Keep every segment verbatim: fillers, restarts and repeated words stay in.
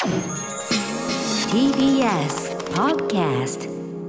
ティービーエス Podcast。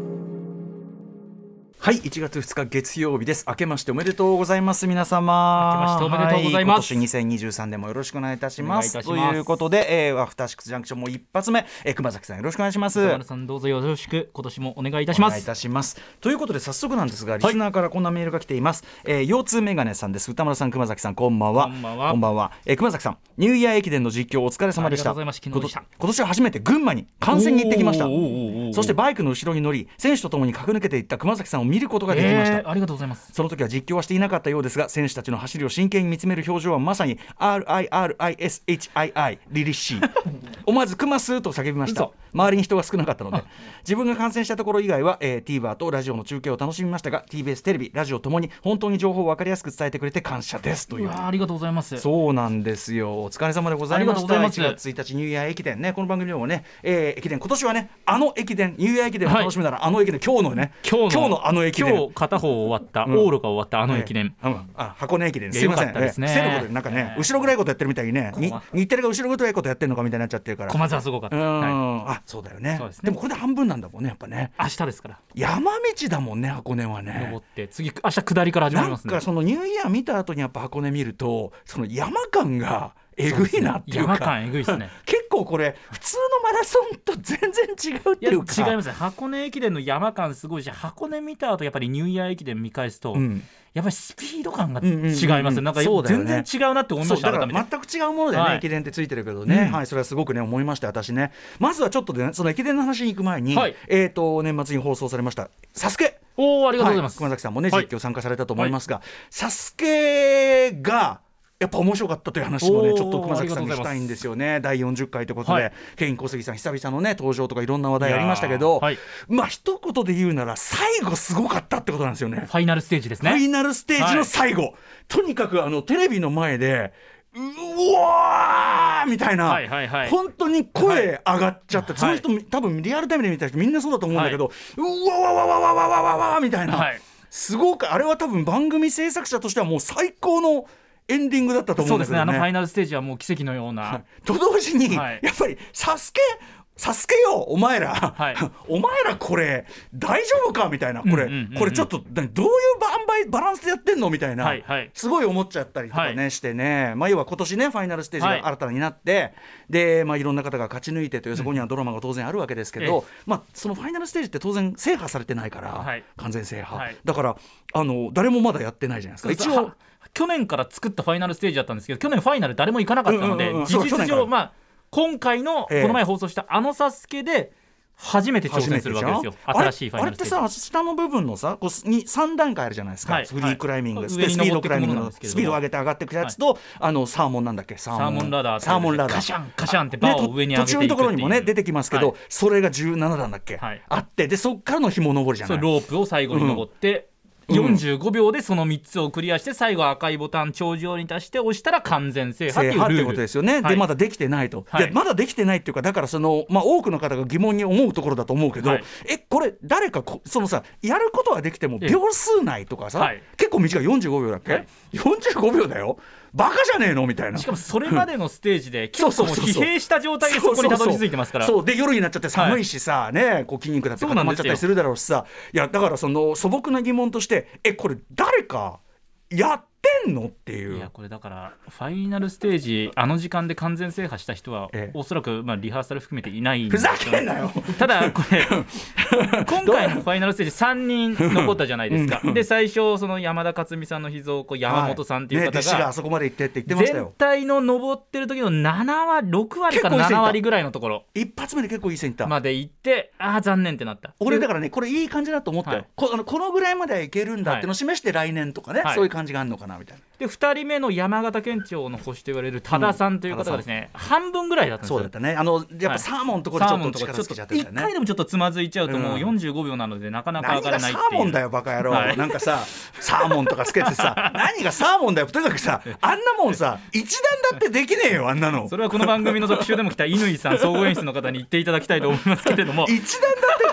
はい、いちがつふつか月曜日です。明けましておめでとうございます皆様。 明けましておめでとうございます、 はい、今年にせんにじゅうさんねんもよろしくお願いいたします。 お願いいたしますということで、えー、アフターシックスジャンクションも一発目、えー、熊崎さんよろしくお願いします。 歌丸さんどうぞよろしく今年もお願いいたします。 お願いいたします。ということで早速なんですが、リスナーからこんなメールが来ています。はい、えー、腰痛メガネさんです。歌丸さん、熊崎さん、こんばんは。 こんばんは。 こんばんは。えー、熊崎さん、ニューイヤー駅伝の実況お疲れ様でした。 ありがとうございます。昨日でした。 今年は初めて群馬に観戦に行ってきました。 おーおーおーおー、 そしてバイクの後ろに乗り、選手とともに駆け抜けていった熊崎さんを見ることができました。 えー、ありがとうございます。 その時は実況はしていなかったようですが、選手たちの走りを真剣に見つめる表情はまさに アールアイアールアイエスエイチアイアイ リリッシー思わずクマスと叫びました。周りに人が少なかったので自分が観戦したところ以外は、えー、TVer とラジオの中継を楽しみましたが、 ティービーエス テレビラジオともに本当に情報を分かりやすく伝えてくれて感謝ですという。 うわ、ありがとうございます。 そうなんですよ、お疲れ様でございました。 ありがとうございます。 いちがつついたちニューイヤー駅伝ね、この番組でもね、えー、駅伝今年はね、あの駅伝ニューイヤー駅伝を楽しみなら、はい、あの駅伝今日のね今日の、 今日のあの駅伝、 今日片方終わった、うん、往路が終わったあの駅伝、 えーうん、あ箱根駅伝、すいません、 ですね、 セレブでなんかね、えー、後ろぐらいことやってるみたいにね、に日テレが後ろぐらいことやってるのかみたいになっちゃってるから、 小松はすごかった、 うん、 はい、 あそうだよね。 そうですね。 でもこれで半分なんだもんね、やっぱね、 明日ですから。 山道だもんね、箱根はね。 登って次明日下りから始まりますね。 なんかそのニューイヤー見た後にやっぱ箱根見ると、その山感がえぐいなっていうか、 山感えぐいですね結構これ普通のマラソンと全然違うっていうか。 いや違いますね。箱根駅伝の山感すごいし、箱根見た後やっぱりニューイヤー駅伝見返すと、うん、やっぱりスピード感が違いますね、うんうんうん、なんか全然違うなって思いました。 だから全く違うものでね、はい、駅伝ってついてるけどね、うん、はい、それはすごくね思いました私ね。まずはちょっとで、ね、その駅伝の話に行く前に、はい、えーと年末に放送されましたサスケ、 おー、ありがとうございます、 はい、熊崎さんもね実況参加されたと思いますが、はい、サスケがやっぱ面白かったという話もねちょっと熊崎さんにしたいんですよね。だいよんじゅっかいということで、はい、ケイン小杉さん久々のね登場とかいろんな話題ありましたけど、はい、まあ一言で言うなら最後すごかったってことなんですよね。 ファイナルステージですね。 ファイナルステージの最後、はい、とにかくあのテレビの前でうわーみたいな、はいはいはい、本当に声上がっちゃって、はい、その人、はい、多分リアルタイムで見た人みんなそうだと思うんだけど、はい、うわわわわわわわわわみたいな、はい、すごくあれは多分番組制作者としてはもう最高のエンディングだったと思うんだけどね。 そうですね、あのファイナルステージはもう奇跡のような、はい、 と同時に、はい、やっぱりサスケサスケよお前ら、はい、お前らこれ大丈夫かみたいな、これ、うんうんうんうん、これちょっとどういうバンバイバランスでやってんのみたいな、はいはい、すごい思っちゃったりとかね、はい、してね、まあ、要は今年ねファイナルステージが新たになって、はい、で、まあ、いろんな方が勝ち抜いてという、そこにはドラマが当然あるわけですけど、うん、まあ、そのファイナルステージって当然制覇されてないから、はい、完全制覇、はい、だからあの誰もまだやってないじゃないですか。一応去年から作ったファイナルステージだったんですけど、去年ファイナル誰も行かなかったので、うんうんうん、事実上、まあ、今回のこの前放送したあのサスケで初めて挑戦するわけですよ。新しいファイナルステージ。あれってさ、下の部分のさこうにさん段階あるじゃないですか、はい、フリークライミング、はい、スピードクライミングのスピードを上げて上がっていくやつと、はい、あのサーモンなんだっけ、サーモン、 サーモンラダー、 サーモンラダー、 カシャンカシャンってバーを上に上げていくっていう、ね、途中のところにもね出てきますけど、はい、それがじゅうななだんだっけ、はい、あって、でそっからの紐登りじゃない、そうロープを最後に登って、うん、よんじゅうごびょうでそのみっつをクリアして、最後赤いボタン頂上に達して押したら完全制覇っていうルールってことですよね、はい、でまだできてないと、はい、でまだできてないっていうか、だからその、まあ、多くの方が疑問に思うところだと思うけど、はい、えこれ誰かこそのさやることはできても秒数内とかさ、はい、結構短いよんじゅうごびょうだっけ、はい、よんじゅうごびょうだよ、バカじゃねえのみたいな。 しかもそれまでのステージで結構疲弊した状態でそこにたどり着いてますから、 そうで夜になっちゃって寒いしさ、はい、ねこう筋肉だって固まっちゃったりするだろうしさ、いやだからその素朴な疑問として、えこれ誰かやってんのっていう。 いやこれだからファイナルステージあの時間で完全制覇した人は、ええ、おそらく、まあ、リハーサル含めていないんですよ、ね、 ふざけんなよただこれ今回のファイナルステージさんにん残ったじゃないですかで最初その山田勝美さんの秘蔵っ子山本さんっていう方が、はいね、弟子があそこまで行ってって言ってましたよ。全体の登ってる時のななわりろくわりからななわりぐらいのところ一発目で結構いい線いったまで行って、ああ残念ってなった。 俺だからねこれいい感じだと思ったよ、はい、こ, あのこのぐらいまではいけるんだっていうのを示して来年とかね、はい、そういう感じがあるのかなみたいな。 でふたりめの山形県庁の星と言われる多田さんという方がですね、うん、半分ぐらいだったんですよ。 そうだったね、あのやっぱサーモンのところでちょっと力つけちゃってたよね。 いっかいでもちょっとつまずいちゃうともうよんじゅうごびょうなのでなかなか上がらないっていう。 何がサーモンだよバカ野郎、はい、なんかさサーモンとかつけてさ何がサーモンだよ。とにかくさあんなもんさ一段だってできねえよあんなの。 それはこの番組の特集でも来た乾さん総合演出の方に言っていただきたいと思いますけれども一段だって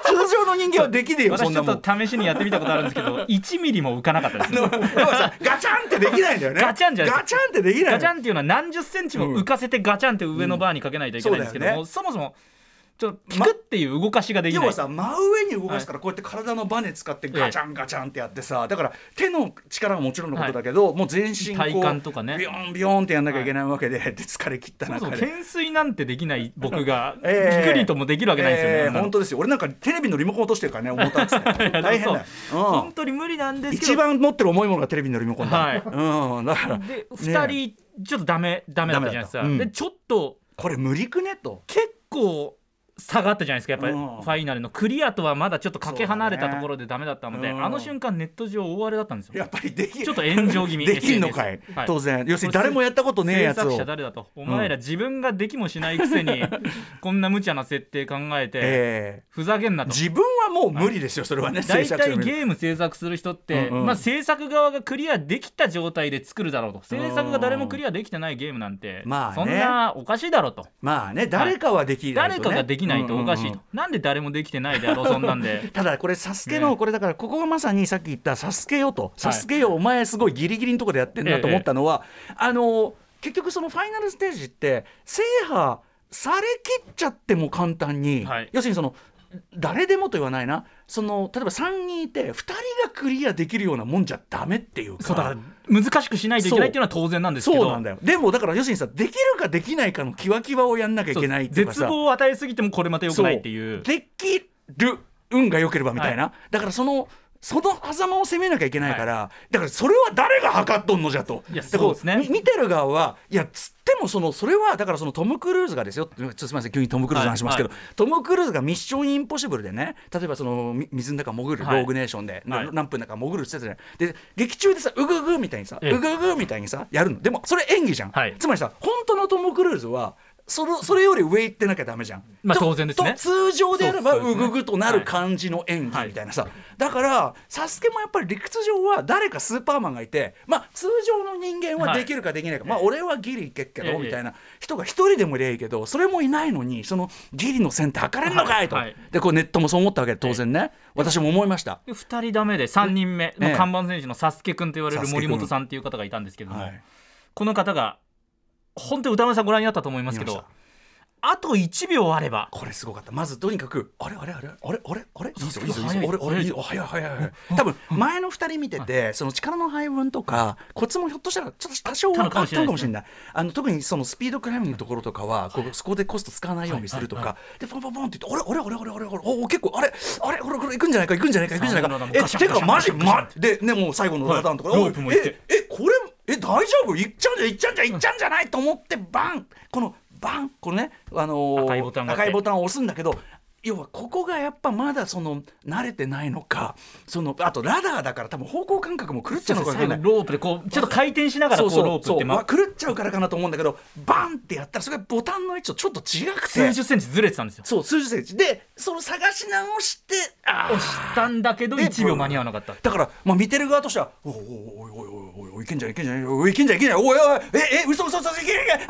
通常の人間はできねえよそんなもん。 私ちょっと試しにやってみたことあるんですけどいちミリも浮かなかったです。 でもさガチャンってできないんだよね。 ガチャンじゃないガチャンってできない。 ガチャンっていうのは何十センチも浮かせてガチャンって上のバーにかけないといけないんですけども、うんうん そ, ね、そもそもちょっとピクっていう動かしができない、 要はさ真上に動かすからこうやって体のバネ使ってガチャンガチャンってやってさ、だから手の力はもちろんのことだけど、はい、もう全身こう体幹とかねビヨンビヨンってやんなきゃいけないわけで、はい、で疲れ切った中でそうそう懸垂なんてできない僕がピクリともできるわけないですよね、 えーえー、本当ですよ。俺なんかテレビのリモコン落としてるからね重たくて大変だよ、うん、 本当に無理なんですけど一番持ってる重いものがテレビのリモコンだ、はいうん、だからでふたりちょっとダメダメだったじゃないですか、うん、でちょっとこれ無理くねと結構差があったじゃないですかやっぱり、うん、ファイナルのクリアとはまだちょっとかけ離れたところでダメだったので、ねうん、あの瞬間ネット上大荒れだったんですよ。 やっぱりできちょっと炎上気味できんのかい、はい、当然要するに誰もやったことねえやつを制作者誰だとお前ら自分ができもしないくせに、うん、こんな無茶な設定考えて、えー、ふざけんなと。 自分はもう無理ですよ、はい、それはね。 大体ゲーム制作する人って、うんうんまあ、制作側がクリアできた状態で作るだろうと。制作が誰もクリアできてないゲームなんて、まあね、そんなおかしいだろうと。 まあね誰かはできないと、ね、 誰かができないとおかしいと、うんうんうんなんで誰もできてないであろうそんなんでただこれサスケの、ね、これだからここがまさにさっき言ったサスケよと、はい、サスケよお前すごいギリギリのところでやってんだと思ったのは、ええ、あの結局そのファイナルステージって制覇されきっちゃっても簡単に、はい、要するにその誰でもと言わないなその例えばさんにんいてふたりがクリアできるようなもんじゃダメっていうかそうだから難しくしないといけないっていうのは当然なんですけどそうなんだよ。でもだから要するにさできるかできないかのキワキワをやんなきゃいけないっていうかさ絶望を与えすぎてもこれまた良くないっていうできる運が良ければみたいな、はい、だからそのその狭間を攻めなきゃいけないから、はい、だからそれは誰が測っとんのじゃと。 いやそうですね、 見てる側はいやつってもそのそれはだからそのトム・クルーズがですよちょっとすみません急にトム・クルーズの話しますけど、はいはい、トム・クルーズがミッションインポッシブルでね例えばその水の中潜る、はい、ローグネーションで、はい、何分だか潜るって言ってたじゃない。で劇中でさうぐうぐみたいにさうぐうぐみたいにさやるのでもそれ演技じゃん、はい、つまりさ本当のトム・クルーズはそれ、それより上行ってなきゃダメじゃん、 まあ、当然ですね。 通常であればうぐぐとなる感じの演技みたいなさ、はい、だからサスケもやっぱり理屈上は誰かスーパーマンがいてまあ通常の人間はできるかできないか、はい、まあ俺はギリいけっけど、ええ、みたいな人が一人でもいればいいけどそれもいないのにそのギリの線って測れんのかいと、はいはい、でこうネットもそう思ったわけで当然ね、ええ、私も思いました。 ふたりダメでさんにんめの看板選手のサスケくんと言われる森本さんっていう方がいたんですけども、はい、この方が本当に歌丸さんご覧になったと思いますけどあといちびょうあればこれすごかった。まずとにかくあれあれあれあれあれあれいいぞいいぞいいぞあれあれいいぞ早い早い早い多分前のふたり見ててその力の配分とかコツもひょっとしたらちょっと多少分かったのかもしれない。あの特にそのスピードクライミングのところとかはこうそこでコスト使わないようにするとかでポンポンポンって言ってあれあれあれあれあれあれお結構あれあれこれこれ行くんじゃないか行くんじゃないか行くんじゃないかえてかマジマジでねもう最後のローダウンとかロープもええこれえ大丈夫行っちゃうんじゃ行っちゃうんじゃ行っちゃうんじゃないと思ってバンこのバンこのね、あのー、赤いボタンが赤いボタンを押すんだけど要はここがやっぱまだその慣れてないのかそのあとラダーだから多分方向感覚も狂っちゃうのか分かんない。 ロープでこうちょっと回転しながらこうロープって、ま、 狂っちゃうからかなと思うんだけどバンってやったらそれがボタンの位置とちょっと違くて数十センチずれてたんですよ。 そう数十センチでその探し直して押したんだけどいちびょう間に合わなかった。 だから、まあ、見てる側としてはおいおいおいおいおいおいいけんじゃんいけんじゃんおいいけんじゃんいけんじゃんおいおいええ嘘嘘嘘いけんじゃんああああ違う違う違う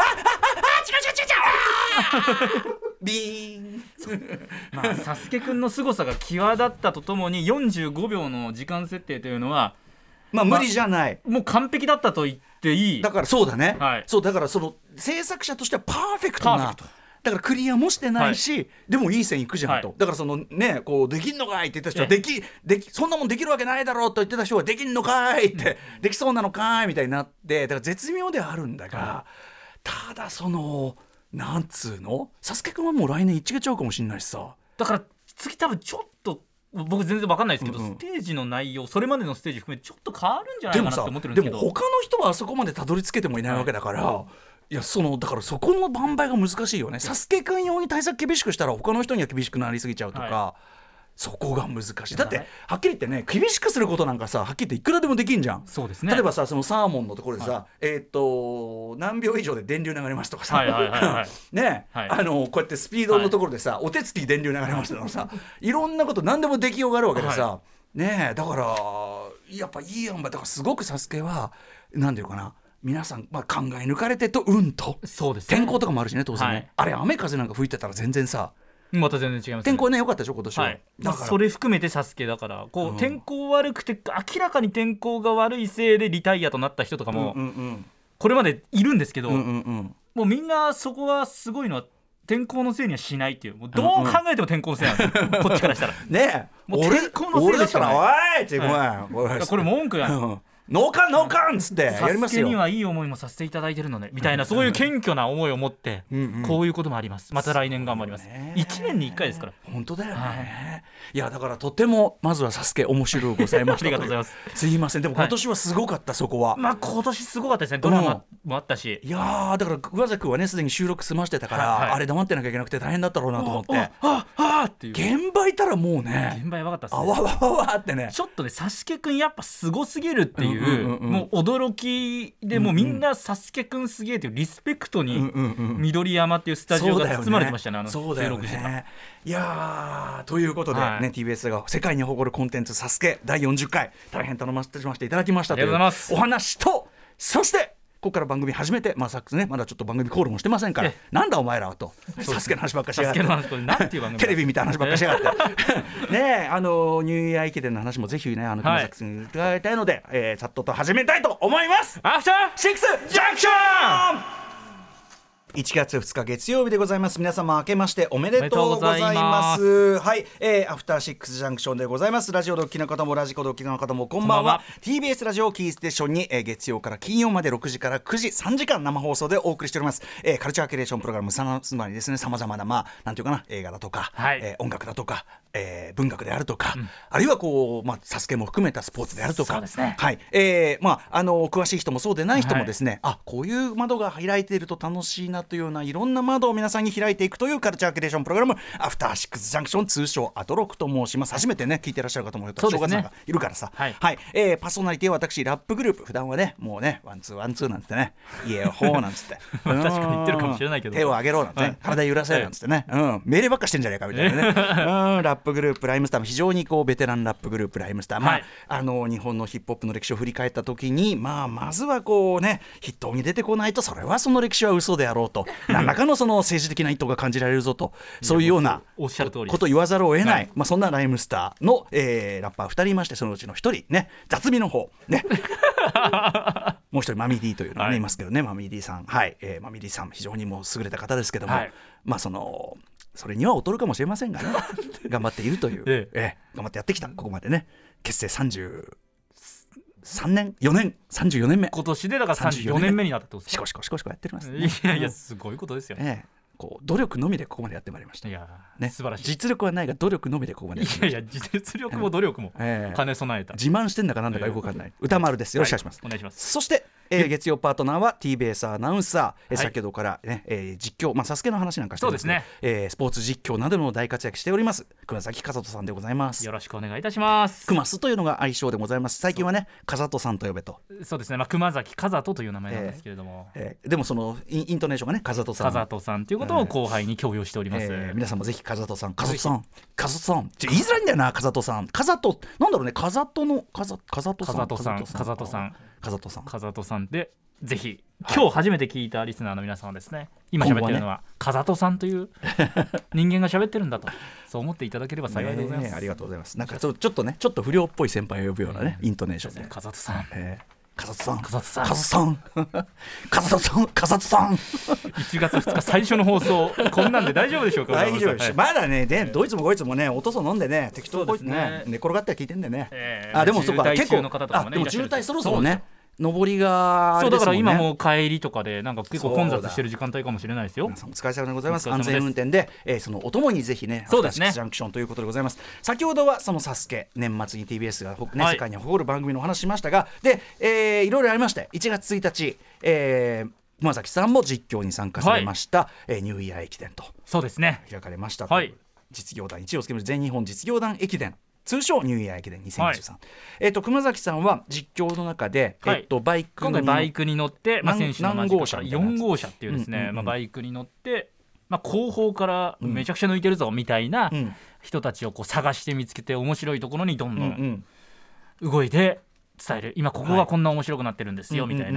違うビーンまあサスケくんの凄さが際立ったとともによんじゅうごびょうの時間設定というのはまあ無理じゃない、 まあ、もう完璧だったと言っていい。 だからそうだね、はい、そうだからその制作者としてはパーフェクトなだからクリアもしてないし、はい、でもいい線いくじゃんと、はい、だからそのねこうできんのかいって言った人はできできそんなもんできるわけないだろうと言ってた人はできんのかいって、うん、できそうなのかいみたいになってだから絶妙ではあるんだが、はい、ただそのなんつうのサスケくんはもう来年一月ちゃうかもしれないしさだから次多分ちょっと僕全然分かんないですけど、うんうん、ステージの内容それまでのステージ含めてちょっと変わるんじゃないかなって思ってるんですけどでも他の人はあそこまでたどり着けてもいないわけだから、はい、いやそのだからそこの挽回が難しいよね。サスケくん用に対策厳しくしたら他の人には厳しくなりすぎちゃうとか、はい、そこが難しい。だってはっきり言ってね厳しくすることなんかさはっきり言っていくらでもできんじゃん。 そうですね。 例えばさそのサーモンのところでさ、はい、えー、っと何秒以上で電流流れますとかさ、はいはいはいはい、ね、はい、あのこうやってスピードのところでさ、はい、お手つき電流流れますとかさいろんなこと何でもできようがあるわけでさ、はい、ねだからやっぱいいやんばだからすごくサスケはなんていうかな皆さん、まあ、考え抜かれてと運と、 そうですね、 天候とかもあるしね当然ね、はい、あれ雨風なんか吹いてたら全然さまた全然違います、ね、 天候ね良かったでしょ今年は、 はい、だからそれ含めてサスケだからこう、うん、天候悪くて明らかに天候が悪いせいでリタイアとなった人とかも、うんうんうん、これまでいるんですけど、うんうんうん、もうみんなそこはすごいのは天候のせいにはしないっていうもうどう考えても天候のせいなんですよ、うんうん、こっちからしたらねえもう天候のせいでしかない俺だったらおいってごめん、 はい、これ文句やん、うんノーカンノーカンっつってやりますよ。 サスケにはいい思いもさせていただいてるのねみたいなそういう謙虚な思いを持ってこういうこともあります。また来年頑張ります。いちねんにいっかいですから。 本当だよね、はい、いやだからとてもまずはサスケ面白いございましたありがとうございます。 すいませんでも今年はすごかった、はい、そこはまあ今年すごかったですね。ドラマもあったし、 いやだから桑崎君はねすでに収録済ましてたから、はいはい、あれ黙ってなきゃいけなくて大変だったろうなと思ってあああっていう現場いたらもうね現場やばかったっすね。 あわわわわってねちょっとねサスケ君やっぱすごすぎるっていう、うんうんうんうん、もう驚きでもうみんなサスケくんすげえというリスペクトに緑山っていうスタジオが包まれてましたね、あの収録時間。 いやということで、はいね、ティービーエス が世界に誇るコンテンツサスケだいよんじゅっかい大変頼ませていただきましたというお話と、そしてここから番組始めて、まあさっきねまだちょっと番組コールもしてませんからなんだお前らはとサスケの話ばっかしやがってテレビみたいな話ばっかしやがってねえあのニューイヤー駅伝の話もぜひねあの熊崎さんに伺いたいので、はいえー、チャットと始めたいと思います。 アフターシックスジャンクションいちがつふつか月曜日でございます。皆様明けましておめでとうございます。はい、えー、アフターシックスジャンクションでございます。ラジオドッキの方もラジコドッキの方もこんばんは。ティービーエス ラジオキーステーションに、えー、月曜から金曜までろくじからくじさんじかん生放送でお送りしております、えー、カルチャーキュレーションプログラムさつまりですね様々なまあなんていうかな映画だとか、はいえー、音楽だとか、えー、文学であるとか、うん、あるいはこうまあサスケも含めたスポーツであるとか、 そうですね、 はいえー、まああの詳しい人もそうでない人もですね、はい、あこういう窓が開いていると楽しいなというようないろんな窓を皆さんに開いていくというカルチャーキュレーションプログラムアフターシックスジャンクション通称アトロクと申します。初めてね聞いてらっしゃる方もいると正月さんがいるからさ、はいはいえー、パーソナリティは私ラップグループ普段はねもうねワンツーワンツーなんつってねイエホーなんつって確かに言ってるかもしれないけど手を上げろなんて、ねはい、体揺らせなんつってね、うん、命令ばっかしてんじゃねえかみたいなね、うん、ラップグループライムスターも非常にこうベテランラップグループライムスター、まあはい、あの日本のヒップホップの歴史を振り返った時に、まあ、まずはこうね筆頭に出てこないとそれはその歴史は嘘であろうと何らかのその政治的な意図が感じられるぞとそういうようなことを言わざるを得ない、はいまあ、そんなライムスターの、えー、ラッパーふたりいましてそのうちのひとりね雑味の方ねもう一人マミディというのが、ねはい、いますけどねマミディさんはい、えー、マミディさん非常にもう優れた方ですけども、はい、まあそのそれには劣るかもしれませんがね頑張っているという、えええー、頑張ってやってきたここまでね結成さんじゅうさんねんよねんさんじゅうよねんめ今年でだからさんじゅうよねんめになったってことですか。 シコシコシコシコやってます、ね、 いやいやすごいことですよ、 ええこう努力のみでここまでやってまいりました。 いや、 ね、 素晴らしい。 実力はないが努力のみでここまでやってまいりました。 いやいや実力も努力も兼ね備えた、 えー、自慢してんだかなんだかよくわかんない、えー、歌丸です。よろしくお願いします、 はい、お願いします。 そして、えー、月曜パートナーは ティービーエス アナウンサー、はい、先ほどから、ねえー、実況、まあ、サスケの話なんかしてますね、えー、スポーツ実況などの大活躍しております熊崎和人さんでございます。 よろしくお願いいたします。 熊須というのが愛称でございます。最近はね和人さんと呼べと。 そうですね、まあ、熊崎和人という名前なんですけれども、 えーえー、でもそのイン、イントネーションがね和人さん和人さんということを後輩に強要しております、えーえー、皆さんもぜひ和人さん和人さん和人さんちょ言いづらいんだよな和人さん和人なんだろうね和人の和人さん和人さん和人さん和人さん和人さんでぜひ今日初めて聞いたリスナーの皆さんはですね、今喋ってるのは風戸さんという人間が喋ってるんだとそう思っていただければ幸いでございます、 ね、ありがとうございます。なんかちょっとねちょっと不良っぽい先輩を呼ぶようなね、うん、イントネーションで風戸さん、 えー風戸さん風戸さん風戸さん風戸さん風戸さんいちがつふつか最初の放送こんなんで大丈夫でしょうか。 大丈夫です、はい、まだねでどいつもこいつもねおとそ飲んでね適当こいつね寝転がって聞いてんでね、えー、あでもそこは結構、ね、あでも渋滞そろそろね上りがあれですもんね。そうだから今も帰りとかでなんか結構混雑してる時間帯かもしれないですよ。 皆さんお疲れ様でございます。安全運転で、えー、そのお供にぜひねそうですねアフターシックスジャンクションということでございます。先ほどはそのサスケ年末に ティービーエス が、ねはい、世界に誇る番組のお話しましたがで、えー、いろいろありましていちがつついたち、えー、熊崎さんも実況に参加されました、はいえー、ニューイヤー駅伝とそうですね開かれましたと、はい、実業団いちいをつける全日本実業団駅伝通称ニューイヤー駅伝にせんにじゅうさん、はいえー、と熊崎さんは実況の中で、はいえー、とバイク今回バイクに乗って、まあ、選手の何号車よん号車っていうですね、うんうんうんまあ、バイクに乗って、まあ、後方からめちゃくちゃ抜いてるぞみたいな人たちをこう探して見つけて面白いところにどんどん動いて伝える今ここがこんな面白くなってるんですよ、はい、みたいな、うんうんうん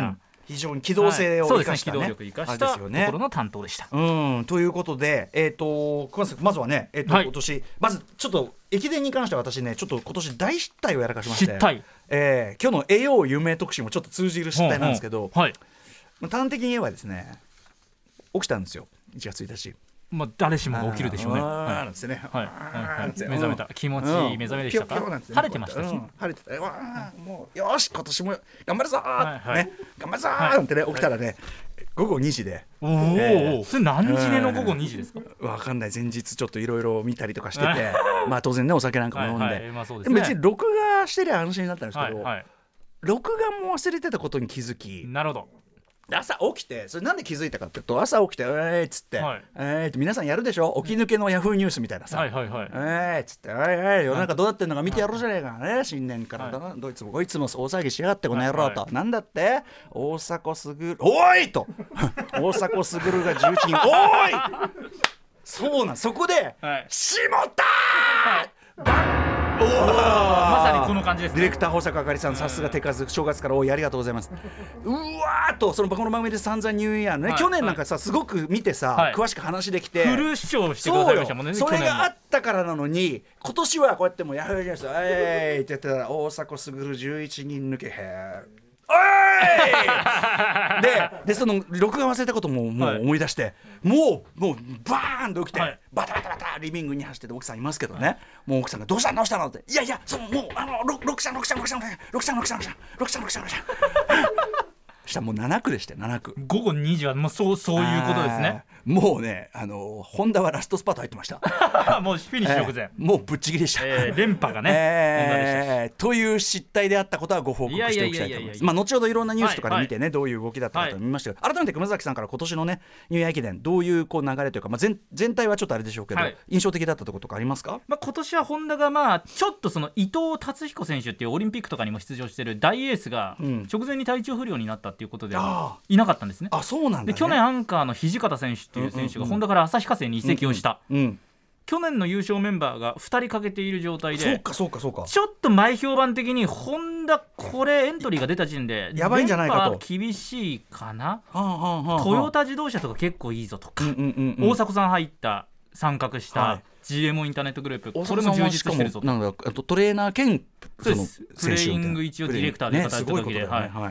非常に機動性を生かした、ねはい、そうですね、機動力生かしたところの担当でした、 うん、ということで、えー、とまずはね、えーとはい、今年まずちょっと駅伝に関しては私ねちょっと今年大失態をやらかしまして、 失態、 えー、今日の栄養有名特集もちょっと通じる失態なんですけど、 はい、 端的に言えばですね起きたんですよいちがつついたち。 まあ、誰しもが起きるでしょうね。 なんですね。 はいはい、目覚めた、気持ちいい目覚めでしたか。晴れてましたし、 晴れてた。わもうよし今年も頑張るぞー、ね、頑張るぞーってね起きたらねごごにじで。 おお、それ何時でのごごにじですか。 わかんない、前日ちょっといろいろ見たりとかしてて、まあ当然ねお酒なんかも飲んで、でも別に録画してりゃ安心だったんですけど、録画も忘れてたことに気づき。 なるほど。 朝起きて、それなんで気づいたかっていうと、朝起きて「えー」っつって「はい、えー」って皆さんやるでしょ、起き抜けのヤフーニュースみたいなさ「はいはいはい、えー」っつって「えー、世の中どうなってんのか見てやろうじゃねえかね、新年からだな、はい、どいつもこいつも大騒ぎしやがってこの野郎と、はいはい、なんだって大迫傑おい!」と大迫傑がじゅういちにんおーいそうなんそこで「はい、しもったー、はいおまさにこの感じです、ね、 ディレクター保坂あかりさん、さすが手数正月からおいありがとうございます。うわーっとそのこの番組で散々ニューイヤーのね、はい、去年なんかさすごく見てさ、はい、詳しく話できてフル視聴してくださいましたもんね。 それがあったからなのに今年はこうやってもうヤフーニュースえーいって言ってたら大迫傑じゅういちにん抜けへーおいで, でその録画忘れたことももう思い出して、はい、もうもうバーンと起きて、はい、バタバタバタリビングに走ってて奥さんいますけどね、はい、もう奥さんがどうしたのどうしたのっていやいやそのもうあの六ちゃん六ちゃん六ちゃん六ちゃん六ちゃん六ちゃん六ちゃん六ちゃん六ちゃんしたらもうななくでしてななくごごにじはもうそうそういうことですね。 もうねあのホンダはラストスパート入ってましたもうフィニッシュ直前、 えー、もうぶっちぎりでした、 えー、連覇がね、 えー、という失態であったことはご報告しておきたいと思います。まあ後ほどいろんなニュースとかで見てね、はいはい、どういう動きだったかと見ましたけど、はい、改めて熊崎さんから今年のねニューイヤー駅伝どういうこう流れというか、まあ、全, 全体はちょっとあれでしょうけど、はい、印象的だったところとかありますか。 まあ、今年はホンダがまあちょっとその伊藤達彦選手っていうオリンピックとかにも出場している大エースが直前に体調不良になったっていうことでいなかったんですね。 あ、そうなんだね。 で去年アンカーの土方選手っていう選手がホンダから旭化成に移籍をした、うんうんうん、去年の優勝メンバーがふたり欠けている状態で、 そうかそうかそうか、 ちょっと前評判的にホンダこれエントリーが出た時点でやばいんじゃないかと厳しいかな、 はあはあはあ、 トヨタ自動車とか結構いいぞとか、うんうんうんうん、大迫さん入った参画した、はい、ジーエムオー インターネットグループ、これも充実してるぞと。 なんだトレーナー兼そのプレイング一応ディレクターで働いてるわけで、ねはいはい、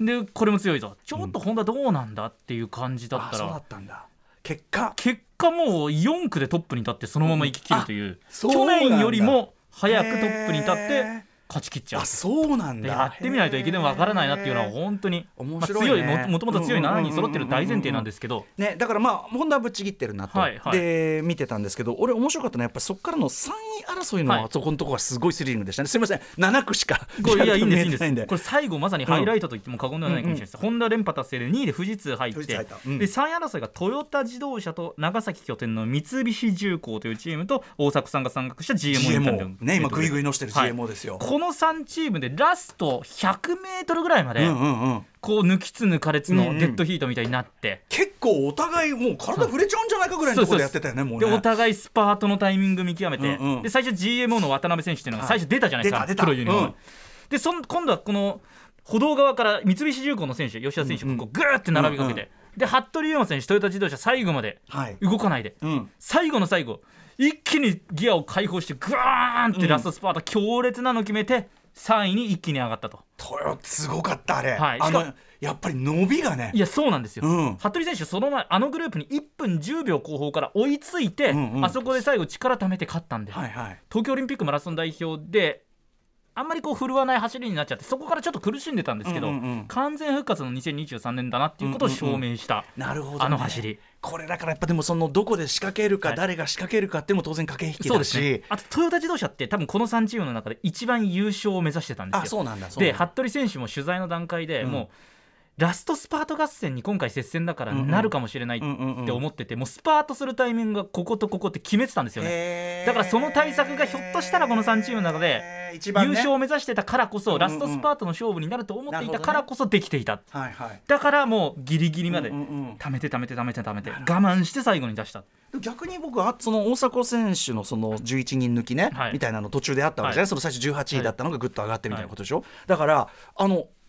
でこれも強いぞ、ちょっとホンダどうなんだっていう感じだったら、うん、 そうだったんだ。結果結果もうよんくでトップに立ってそのまま行き切るという、うん、去年よりも早くトップに立って勝ち切っちゃう。 あ、そうなんだ。 やってみないと駅伝分からないなっていうのは本当に面白い、ね、まあ、強い も, もともと強いななにん揃ってる大前提なんですけど、 ね、だからまあホンダはぶっちぎってるなと、はいはい、で見てたんですけど、俺面白かったのはやっぱそこからのさんい争いの、はい、そこのところがすごいスリリングでしたね。すみませんななくしかいやいいんですいいんですこれ最後まさにハイライトと言っても過言ではないかもしれないです、うんうん、ホンダ連覇達成でにいで富士通入って、うん、でさんい争いがトヨタ自動車と長崎拠点の三菱重工というチームと大迫さんが参画した ジーエムオー インターネット、 ね、今グイグイのしてる ジーエムオー ですよ、 はい、このさんチームでラストひゃくメートルぐらいまで、うんうんうん、こう抜きつ抜かれつのデッドヒートみたいになって、うんうん、 結構お互いもう体触れちゃうんじゃないかぐらいのところでやってたよね。もうねでお互いスパートのタイミング見極めて、うんうん、で最初 ジーエムオー の渡辺選手っていうのが最初出たじゃないですか、はい、黒いユニフォーム、うん、でそん今度はこの歩道側から三菱重工の選手吉田選手がこうグーって並びかけて、うんうん、で服部勇馬選手トヨタ自動車最後まで動かないで、はい、うん、最後の最後一気にギアを解放してグーンってラストスパート、うん、強烈なの決めてさんいに一気に上がったと。 トヨタすごかったあれ、はい、あのやっぱり伸びがね。 いやそうなんですよ、うん、服部選手その前あのグループにいっぷんじゅうびょう後方から追いついて、うんうん、あそこで最後力貯めて勝ったんで、はいはい、東京オリンピックマラソン代表であんまりこう振るわない走りになっちゃってそこからちょっと苦しんでたんですけど、うんうんうん、完全復活のにせんにじゅうさんねんだなっていうことを証明した、うんうんうん、なるほどね、あの走り。 これだからやっぱでもそのどこで仕掛けるか、はい、誰が仕掛けるかっても当然駆け引きだし、そうですね、 あとトヨタ自動車って多分このさんチームの中で一番優勝を目指してたんですよ。 あ、そうなんだ。 で服部選手も取材の段階で、うん、もうラストスパート合戦に今回接戦だからなるかもしれないって思ってて、もうスパートするタイミングがこことここって決めてたんですよね。だからその対策がひょっとしたらこのさんチームの中で優勝を目指してたからこそ、ラストスパートの勝負になると思っていたからこそできていた、はいはい、だからもうギリギリまで溜めて溜めて溜めて溜めて我慢して最後に出した。 逆に僕はその大迫選手のそのじゅういちにん抜きね、はい、みたいなの途中であったわけじゃない、はい、その最初じゅうはちいだったのがぐっと上がってみたいなことでしょ、はい、だからあの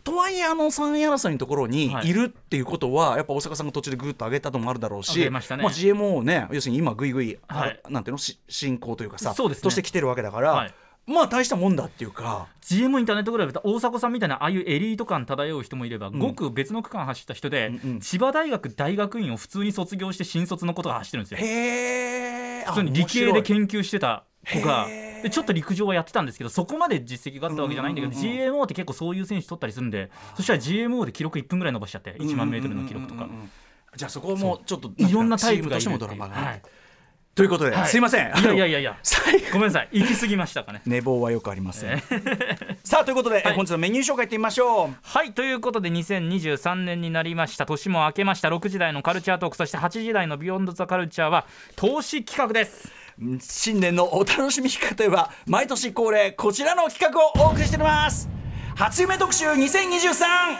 とはいえあのさんい争いのところにいるっていうことは、はい、やっぱ大阪さんが途中でグッと上げたのもあるだろうし、 上げましたね。 まあ、ジーエムオー をね要するに今グイグイ、はい、なんていうの進行というかさそうですね、 として来てるわけだから、はい、まあ大したもんだっていうかジーエム インターネットグラブ大迫さんみたいなああいうエリート感漂う人もいれば、うん、ごく別の区間走った人で、うんうん、千葉大学大学院を普通に卒業して新卒の子が走ってるんですよ。 へー、 普通に理系で研究してた子がでちょっと陸上はやってたんですけどそこまで実績があったわけじゃないんだけど、うんうんうん、ジーエムオー って結構そういう選手取ったりするんで、そしたら ジーエムオー で記録いっぷんぐらい伸ばしちゃっていちまんメートルの記録とか、うんうんうんうん、 じゃあそこもちょっといろんなタイプがいるチームとしてもドラマが、はい、ということで、はい、すいません、 いやいやいやいやごめんなさい行き過ぎましたかね。 寝坊はよくありません、えー、さあということで、はい、本日のメニュー紹介いってみましょう。 はいということでにせんにじゅうさんねんになりました。年も明けました。ろくじ台のカルチャートーク、そしてはちじ台のビヨンドザカルチャーは投資企画です。 新年のお楽しみ企画といえば毎年恒例こちらの企画をお送りしております。初夢特集にせんにじゅうさん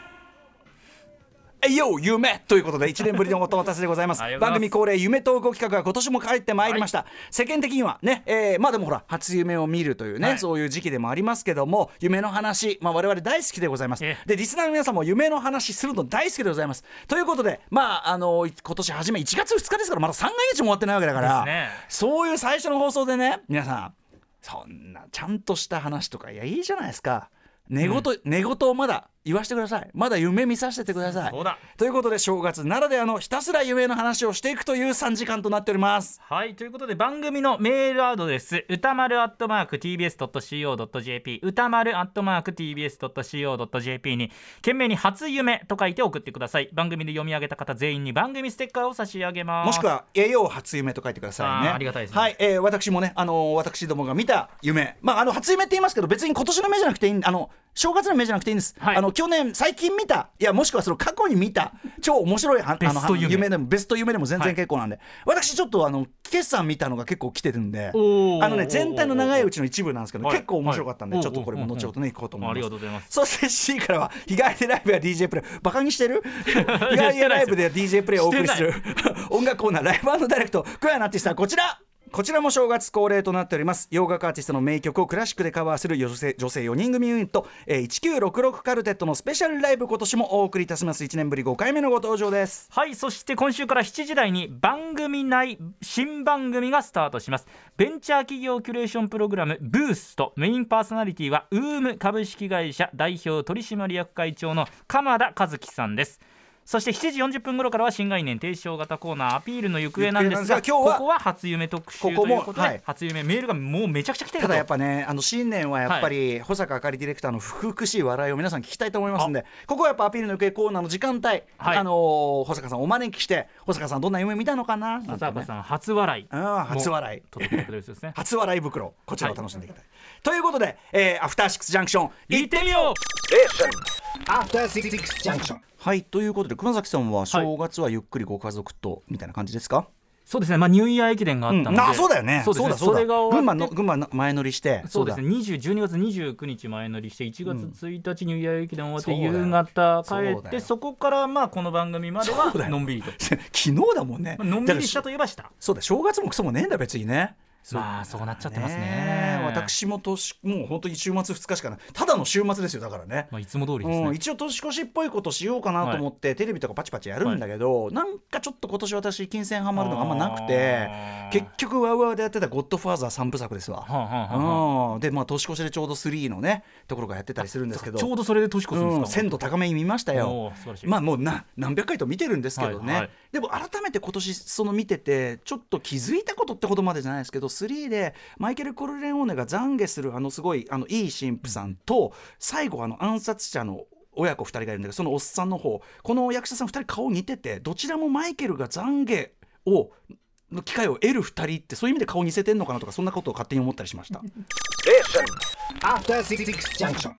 えいよ夢ということでいちねんぶりのお待たせでございます番組恒例夢投稿企画が今年も帰ってまいりました、はい、世間的にはね、えー、まあでもほら初夢を見るというね、はい、そういう時期でもありますけども夢の話、まあ、我々大好きでございます。でリスナーの皆さんも夢の話するの大好きでございますということでまああの今年初めいちがつふつかですからまださんかげつも終わってないわけだから、ね、そういう最初の放送でね皆さんそんなちゃんとした話とかいやいいじゃないですか。寝言、うん、寝言をまだ言わせてください。まだ夢見させてください。 そうだということで正月ならではのひたすら夢の話をしていくというさんじかんとなっております。 はいということで番組のメールアドレス歌丸アットマーク ティービーエスドットシーオードットジェーピー 歌丸アットマーク ティービーエスドットシーオードットジェーピー に懸命に初夢と書いて送ってください。番組で読み上げた方全員に番組ステッカーを差し上げます。 もしくは栄養初夢と書いてくださいね。 あ, ありがたいですね。 はい、えー、私もね、あのー、私どもが見た夢、まあ、あの初夢って言いますけど別に今年の夢じゃなくていいあの正月の夢じゃなくていいんです、はい、あの去年最近見たいやもしくはその過去に見た超面白いあの夢でもベスト夢でも全然結構なんで、はい、私ちょっとあの決算見たのが結構来てるんであのね全体の長いうちの一部なんですけど、はい、結構面白かったんで、はい、ちょっとこれも後ほどね行こうと思います。 ありがとうございます。 そして シー からは日帰りライブや ディージェー プレイバカにしてる日帰りライブで ディージェー プレイをお送りする音楽コーナーライブ&ダイレクト今夜のアーティストはこちらこちらも正月恒例となっております洋楽アーティストの名曲をクラシックでカバーする女性、女性よにん組ユニット、えー、いちきゅうろくろくカルテットのスペシャルライブ今年もお送りいたします。いちねんぶりごかいめのご登場です。 はい、そして今週からしちじ台に番組内新番組がスタートします。ベンチャー企業キュレーションプログラムブーストメインパーソナリティはウーム株式会社代表取締役会長の鎌田和樹さんです。そしてしちじよんじゅっぷん頃からは新概念提唱型コーナーアピールの行方なんですが今日はここは初夢特集ということで、はい、初夢メールがもうめちゃくちゃ来てると。 ただやっぱねあの新年はやっぱり、はい、保坂あかりディレクターのふくしい笑いを皆さん聞きたいと思いますんでここはやっぱアピールの行方コーナーの時間帯、はい、あのー、保坂さんお招きして保坂さんどんな夢見たのかな、ね、 保坂さん初笑いあ初笑い届けてくれるですね初笑い袋こちらを楽しんでいきたい、はい、ということで、えー、アフターシックスジャンクション行ってみよう。アフターシックスジャンクションはいということで熊崎さんは正月はゆっくりご家族とみたいな感じですか？ そうですね、まあ、ニューイヤー駅伝があったので、うん、 あそうだよねそうですね、それが群馬の群馬の前乗りしてそうですねじゅうにがつにじゅうくにち前乗りしていちがつついたちニューイヤー駅伝終わって夕方帰って そ, そこからまあこの番組まではのんびりと昨日だもんね、 まあのんびりしたといえばしたそうだ正月もクソもねえんだ別にね。 まあそうなっちゃってますね。 私も年もう本当に週末ふつかしかないただの週末ですよだからね、 まあ、いつも通りですね、 うん、一応年越しっぽいことしようかなと思って、はい、テレビとかパチパチやるんだけど、はい、なんかちょっと今年私金銭ハマるのがあんまなくて結局ワウワウでやってたゴッドファーザーさんぶさくですわ、はあはあはあ、でまあ年越しでちょうどスリーのねところがやってたりするんですけどちょうどそれで年越すんですか、うん、 鮮度高めに見ましたよ。まあもうな何百回と見てるんですけどね、はいはい、でも改めて今年その見ててちょっと気づいたことってことまでじゃないですけどスリーでマイケル・コルレオーネが懺悔するあのすごいあのいい神父さんと最後あの暗殺者の親子ふたりがいるんだけどそのおっさんの方この役者さんふたり顔似ててどちらもマイケルが懺悔をの機会を得るふたりってそういう意味で顔似せてんのかなとかそんなことを勝手に思ったりしました。